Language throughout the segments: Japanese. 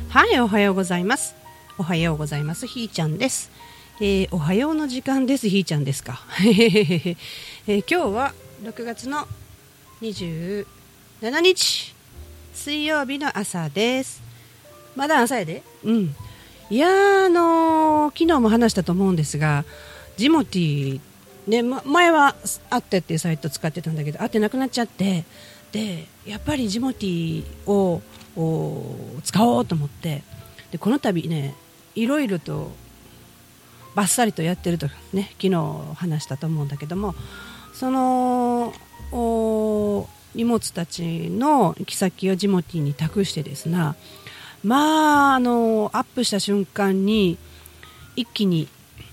はい、おはようございます。おはようございます。ひーちゃんです。おはようの時間です。ひーちゃんですか。今日は6月の27日水曜日の朝です。まだ朝やで。いや昨日も話したと思うんですが、ジモティね、前はあってっていうサイト使ってたんだけど、あってなくなっちゃって、でやっぱりジモティを使おうと思って、でこの度ね、いろいろとバッサリとやってるとね、昨日話したと思うんだけども、その荷物たちの行き先をジモティに託してですな、アップした瞬間に一気に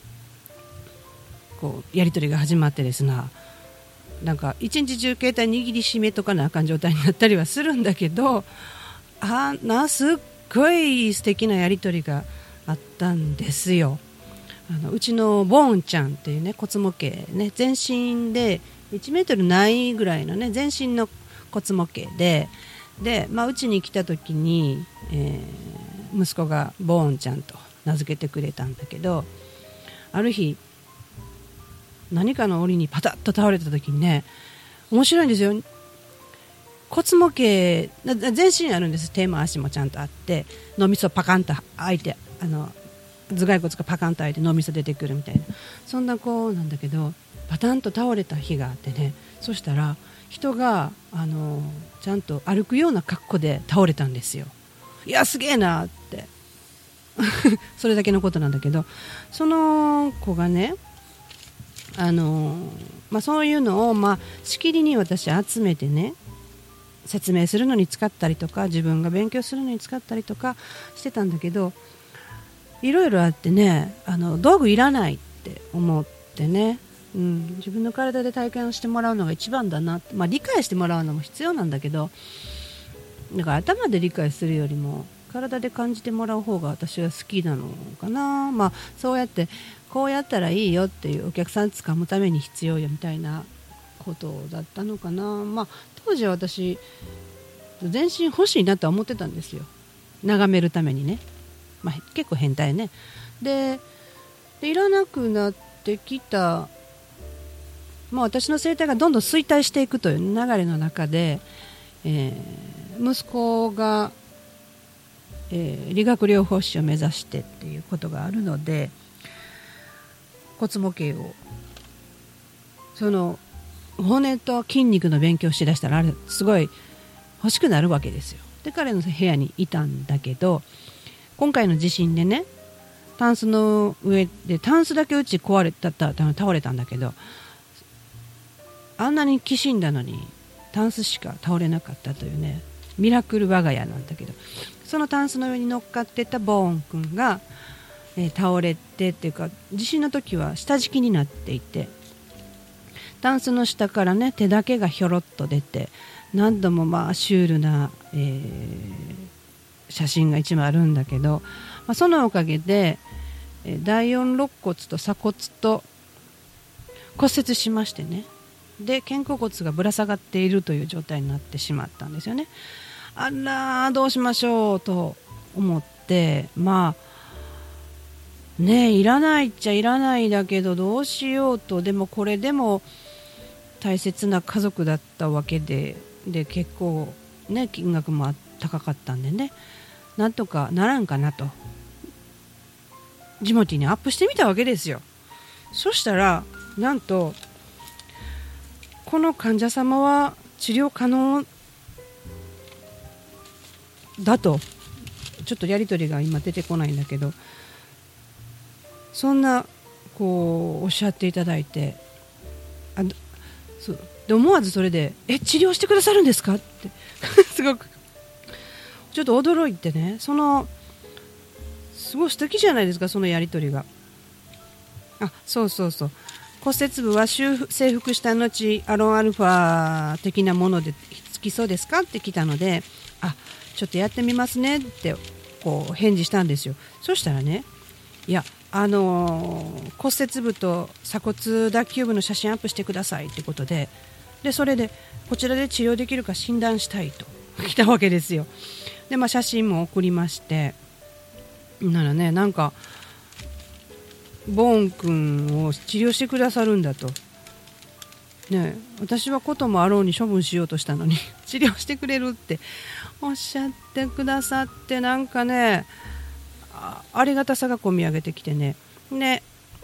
こうやり取りが始まってですな、なんか一日中携帯握りしめとかなあかん状態になったりはするんだけど、すっごい素敵なやり取りがあったんですよ。うちのボーンちゃんっていうね、コツモケね、全身で1メートルないぐらいのね、全身のコツモケで、うちに来た時に、息子がボーンちゃんと名付けてくれたんだけど、ある日何かの折にパタッと倒れた時にね、面白いんですよ。コツモケ全身あるんです。手も足もちゃんとあって、脳みそパカンと開いて、頭蓋骨がパカンと開いて脳みそ出てくるみたいな、そんな子なんだけど、パタンと倒れた日があってね、そしたら人がちゃんと歩くような格好で倒れたんですよ。いやすげえなってそれだけのことなんだけど、その子がね、そういうのをしきりに私集めてね、説明するのに使ったりとか、自分が勉強するのに使ったりとかしてたんだけど、いろいろあってね、道具いらないって思ってね、自分の体で体験をしてもらうのが一番だなって、理解してもらうのも必要なんだけど、だから頭で理解するよりも体で感じてもらう方が私は好きなのかな。そうやってこうやったらいいよっていう、お客さんつかむために必要よみたいなことだったのかな。当時は私全身欲しいなとは思ってたんですよ、眺めるためにね。結構変態ね。でいらなくなってきた、私の生態がどんどん衰退していくという流れの中で、息子が、理学療法士を目指してっていうことがあるので、骨模型を、その骨と筋肉の勉強をしだしたら、あれすごい欲しくなるわけですよ。で彼の部屋にいたんだけど、今回の地震でね、タンスの上でタンスだけうち倒れたんだけど、あんなにきしんだのにタンスしか倒れなかったというね、ミラクル我が家なんだけど、そのタンスの上に乗っかってたボーン君が、倒れてっていうか、地震の時は下敷きになっていて、タンスの下からね、手だけがひょろっと出て、何度もシュールな、写真が一枚あるんだけど、そのおかげで、第4肋骨と鎖骨と骨折しましてね、で肩甲骨がぶら下がっているという状態になってしまったんですよね。あらどうしましょうと思って、いらないっちゃいらないだけどどうしようと。でもこれでも大切な家族だったわけで、結構ね金額も高かったんでね、なんとかならんかなとジモティにアップしてみたわけですよ。そしたらなんと、この患者様は治療可能だと、ちょっとやり取りが今出てこないんだけど、そんなおっしゃっていただいて、で思わずそれで治療してくださるんですかってすごくちょっと驚いてね、すごい素敵じゃないですか、そのやり取りが。そう骨折部は修復した後アロンアルファ的なものでつきそうですかって来たので、ちょっとやってみますねって返事したんですよ。そしたらね、いや骨折部と鎖骨脱臼部の写真アップしてくださいってことで、それでこちらで治療できるか診断したいと来たわけですよ。で、写真も送りまして、 ならね、なんかボーン君を治療してくださるんだと、ね、私はこともあろうに処分しようとしたのに治療してくれるっておっしゃってくださって、なんかね、ありがたさがこみ上げてきてね、で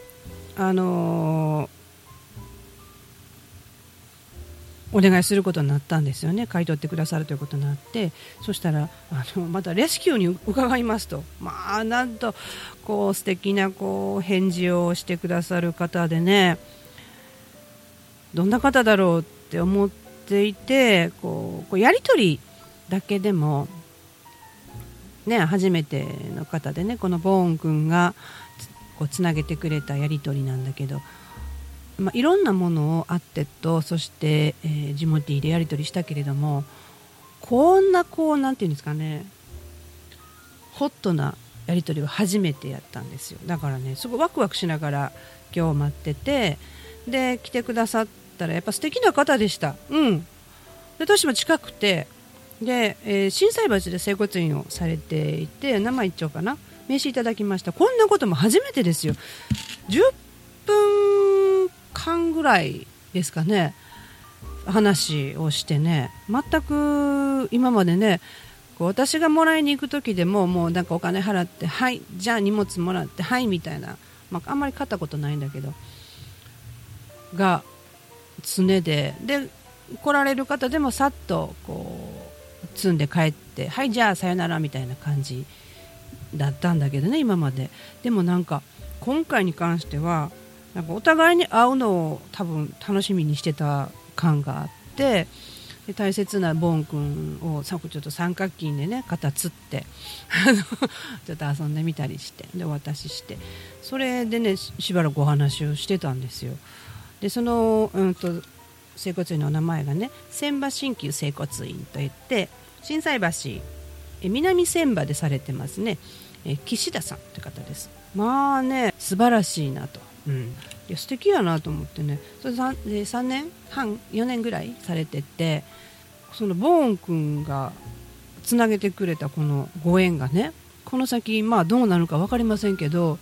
お願いすることになったんですよね。買い取ってくださるということになって、そしたらまたレスキューに伺いますと、なんとこう素敵なこう返事をしてくださる方でね、どんな方だろうって思っていて、こうやり取りだけでもね、初めての方でね、このボーン君がこうつなげてくれたやり取りなんだけど、いろんなものをアッテと、そして、ジモティーでやり取りしたけれども、こんなこうなんていうんですかね、ホットなやり取りは初めてやったんですよ。だからね、すごいワクワクしながら今日待ってて、で来てくださったらやっぱ素敵な方でした。で私も近くて、で、心斎橋で整骨院をされていて、生一丁かな、名刺いただきました。こんなことも初めてですよ。10分間ぐらいですかね、話をしてね、全く今までね、こう私がもらいに行く時でも、もうなんかお金払って、はいじゃあ荷物もらって、はいみたいな、あんまり買ったことないんだけどが常で、来られる方でもさっとこう積んで帰って、はいじゃあさよならみたいな感じだったんだけどね、今まで。でもなんか今回に関しては、なんかお互いに会うのを多分楽しみにしてた感があって、で大切なボーン君をちょっと三角筋でね肩つってちょっと遊んでみたりして、でお渡しして、それでねしばらくお話をしてたんですよ。でその、整骨院のお名前がね、千葉鍼灸整骨院といって、心斎橋南千葉でされてますね、岸田さんって方です。素晴らしいなと、いや素敵やなと思ってね、それ 3年半4年ぐらいされてて、そのボーン君がつなげてくれたこのご縁がね、この先どうなるか分かりませんけど、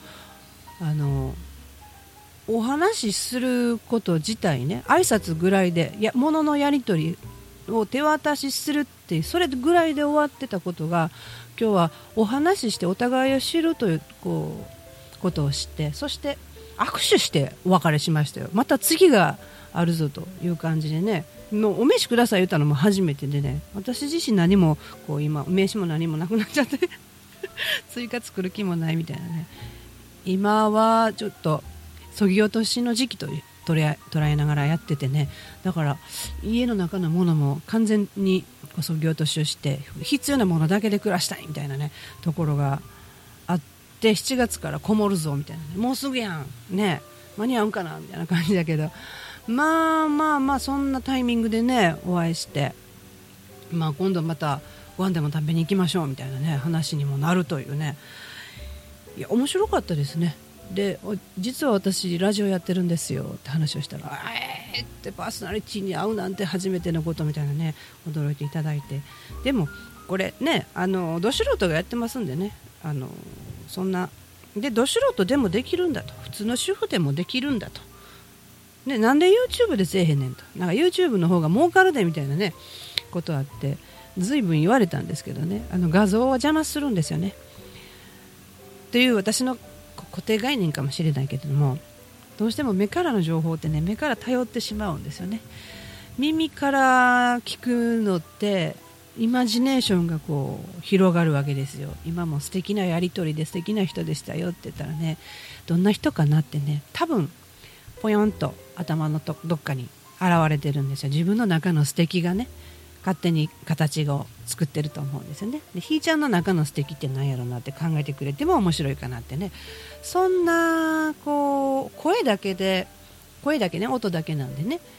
お話しすること自体ね、挨拶ぐらいで、物のやり取りを手渡しするって、それぐらいで終わってたことが、今日はお話ししてお互いを知るということを知って、そして握手してお別れしましたよ。また次があるぞという感じでね、もうお名刺ください言ったのも初めてでね、私自身何も今名刺も何もなくなっちゃって追加作る気もないみたいなね、今はちょっとそぎ落としの時期と捉えながらやっててね、だから家の中のものも完全にそぎ落としをして、必要なものだけで暮らしたいみたいなねところがあって、7月からこもるぞみたいな、ね、もうすぐやんね、間に合うんかなみたいな感じだけど、そんなタイミングでねお会いして、今度またご飯でも食べに行きましょうみたいなね話にもなるというね、いや面白かったですね。で実は私ラジオやってるんですよって話をしたら、ってパーソナリティに会うなんて初めてのことみたいなね、驚いていただいて、でもこれねど素人がやってますんでね、そんなでど素人でもできるんだと、普通の主婦でもできるんだと、ね、なんで YouTube でせえへんねんと、なんか YouTube の方が儲かるでみたいなねことあって、随分言われたんですけどね、画像は邪魔するんですよねっていう私の固定概念かもしれないけれども、どうしても目からの情報ってね、目から頼ってしまうんですよね。耳から聞くのってイマジネーションが広がるわけですよ。今も素敵なやり取りで素敵な人でしたよって言ったらね、どんな人かなってね、多分ポヨンと頭のどっかに現れてるんですよ。自分の中の素敵がね、勝手に形を作ってると思うんですよね。でひーちゃんの中の素敵って何やろうなって考えてくれても面白いかなってね、そんな声だけね、音だけなんでね、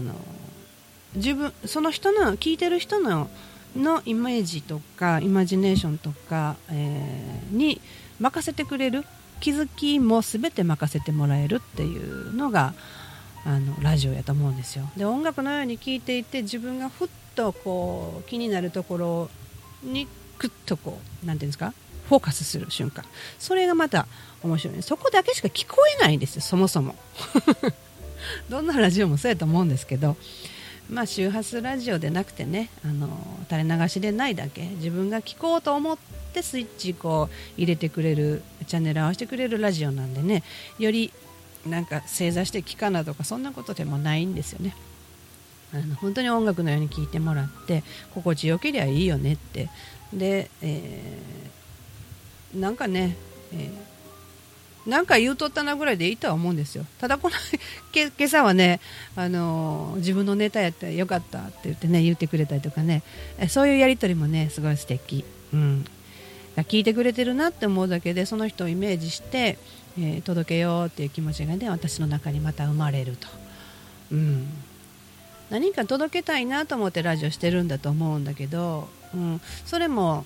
その人の聞いてる人のイメージとかイマジネーションとか、に任せてくれる、気づきも全て任せてもらえるっていうのがラジオやと思うんですよ。で音楽のように聴いていて、自分がふっと気になるところにクッとこうなんていうんですか、フォーカスする瞬間、それがまた面白いね。そこだけしか聞こえないんですよ、そもそもどんなラジオもそうやと思うんですけど、まあ、周波数ラジオでなくてね、垂れ流しでないだけ、自分が聞こうと思ってスイッチこう入れてくれる、チャンネル合わせてくれるラジオなんでね、よりなんか正座して聞かなとかそんなことでもないんですよね。本当に音楽のように聴いてもらって心地よけりゃいいよねって。で、なんかね、なんか言うとったなぐらいでいいとは思うんですよ。ただ今朝はね、自分のネタやってよかったって言ってね、言ってくれたりとかね、そういうやり取りもねすごい素敵、聞いてくれてるなって思うだけで、その人をイメージして、届けようっていう気持ちがね、私の中にまた生まれると、何か届けたいなと思ってラジオしてるんだと思うんだけど、それも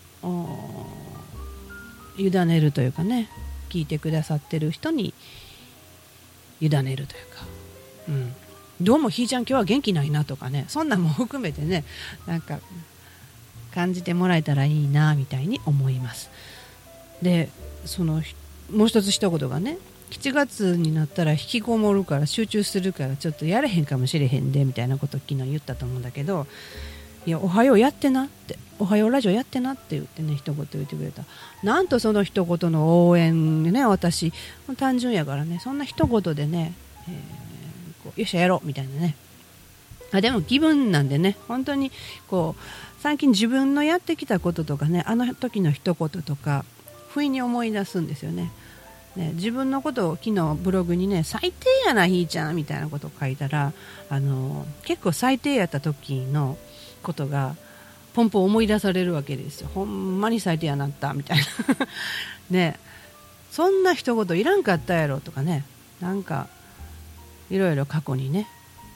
委ねるというかね、聞いてくださってる人に委ねるというか、どうもひーちゃん今日は元気ないなとかね、そんなんも含めてね、なんか感じてもらえたらいいなみたいに思います。で、もう一つ一言がね、7月になったら引きこもるから集中するからちょっとやれへんかもしれへんでみたいなことを昨日言ったと思うんだけど、いやおはようやってなって、おはようラジオやってなって言ってね、一言言ってくれた。なんとその一言の応援でね、私単純やからね、そんな一言でね、こうよっしゃやろうみたいなね、でも気分なんでね、本当にこう最近自分のやってきたこととかね、あの時の一言とか不意に思い出すんですよね。自分のことを昨日ブログにね、最低やなひーちゃんみたいなことを書いたら、結構最低やった時のことがポンポン思い出されるわけですよ。ほんまに最低やなったみたいなね、そんな一言いらんかったやろとかね、なんかいろいろ過去にね、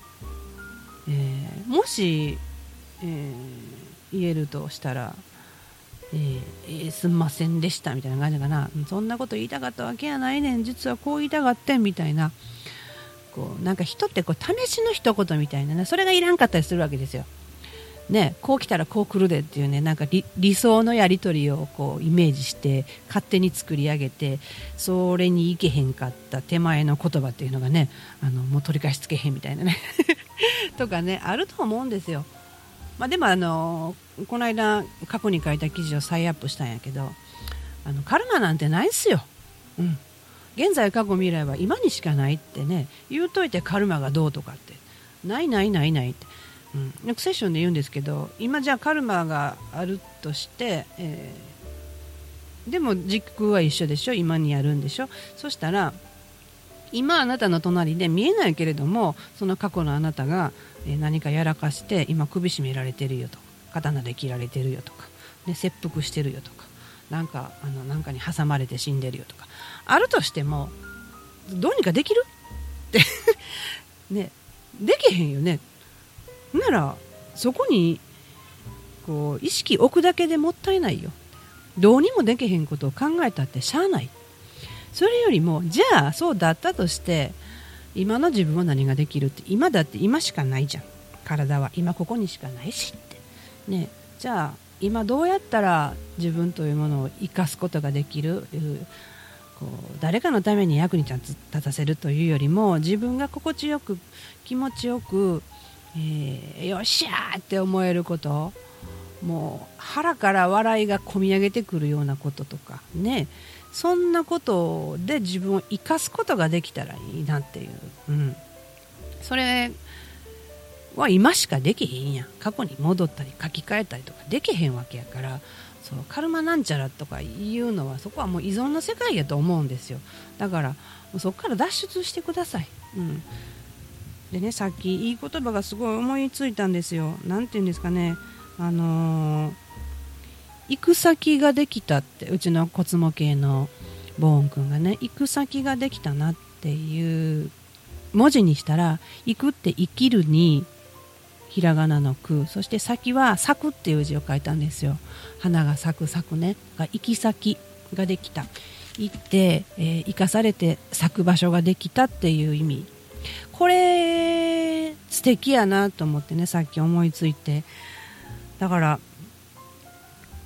もし、言えるとしたら、すんませんでしたみたいな感じかな。そんなこと言いたかったわけやないねん、実はこう言いたかってんみたいな、こうなんか人ってこう試しの一言みたいなね、それがいらんかったりするわけですよね。こう来たらこう来るでっていうね、なんか理想のやり取りをこうイメージして勝手に作り上げて、それにいけへんかった手前の言葉っていうのがね、もう取り返しつけへんみたいなねとかね、あると思うんですよ。でもこの間過去に書いた記事を再アップしたんやけど、カルマなんてないっすよ、現在過去未来は今にしかないってね、言うといてカルマがどうとかってないないないないって、よくセッションで言うんですけど、今じゃあカルマがあるとして、でも時空は一緒でしょ、今にやるんでしょ。そしたら今あなたの隣で見えないけれども、その過去のあなたが何かやらかして今首絞められてるよとか、刀で切られてるよとか、切腹してるよとか、なんかに挟まれて死んでるよとかあるとしても、どうにかできるってね、できへんよね。ならそこにこう意識置くだけでもったいないよ。どうにもできへんことを考えたってしゃあない。それよりも、じゃあそうだったとして今の自分は何ができるって、今だって今しかないじゃん、体は今ここにしかないしってね。じゃあ今どうやったら自分というものを生かすことができる、こう誰かのために役に立たせるというよりも、自分が心地よく気持ちよく、よっしゃーって思えること、もう腹から笑いがこみ上げてくるようなこととかね、そんなことで自分を生かすことができたらいいなっていう、それは今しかできへんやん。過去に戻ったり書き換えたりとかできへんわけやから、そうカルマなんちゃらとかいうのは、そこはもう依存の世界やと思うんですよ。だからそこから脱出してください。でね、さっきいい言葉がすごい思いついたんですよ。なんて言うんですかね、行く先ができたって、うちのコツモ系のボーン君がね、行く先ができたなっていう文字にしたら、行くって生きるにひらがなのく、そして先は咲くっていう字を書いたんですよ。花が咲く咲くねが行き先ができた、行って、生かされて咲く場所ができたっていう意味。これ素敵やなと思ってね、さっき思いついて。だから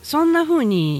そんな風に、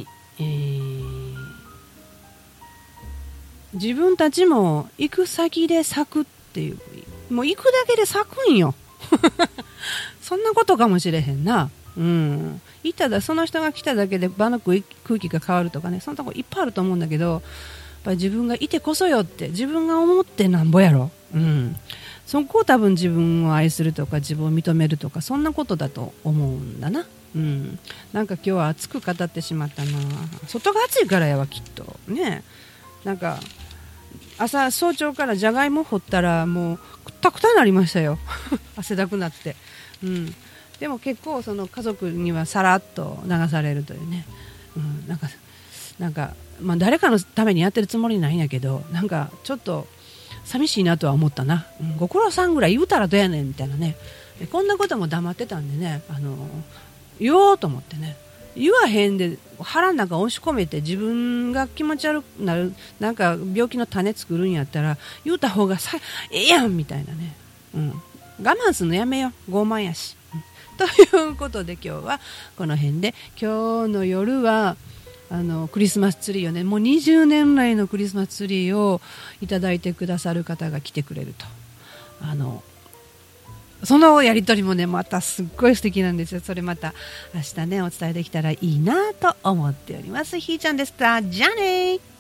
自分たちも行く先で咲くっていう、もう行くだけで咲くんよそんなことかもしれへんな。行ったらその人が来ただけで場の空気が変わるとかね、そんなとこいっぱいあると思うんだけど、やっぱり自分がいてこそよって自分が思ってなんぼやろ。そこを多分自分を愛するとか自分を認めるとか、そんなことだと思うんだな。なんか今日は熱く語ってしまったな。外が暑いからやわ、きっとね。なんか早朝からじゃがいも掘ったらもうくったくたになりましたよ汗だくなって、でも結構その家族にはさらっと流されるというね、なんか、まあ、誰かのためにやってるつもりないんやけど、なんかちょっと寂しいなとは思ったな。ご苦労さんぐらい言うたらどうやねんみたいなね。こんなことも黙ってたんでね、言おうと思ってね、言わへんで腹の中押し込めて自分が気持ち悪くなる、なんか病気の種作るんやったら言うた方がええやんみたいなね、我慢するのやめよう、傲慢やし、ということで今日はこの辺で、今日の夜はクリスマスツリーをね、もう20年来のクリスマスツリーをいただいてくださる方が来てくれると、そのやりとりもねまたすっごい素敵なんですよ。それまた明日ねお伝えできたらいいなと思っております。ひーちゃんでした。じゃあねー。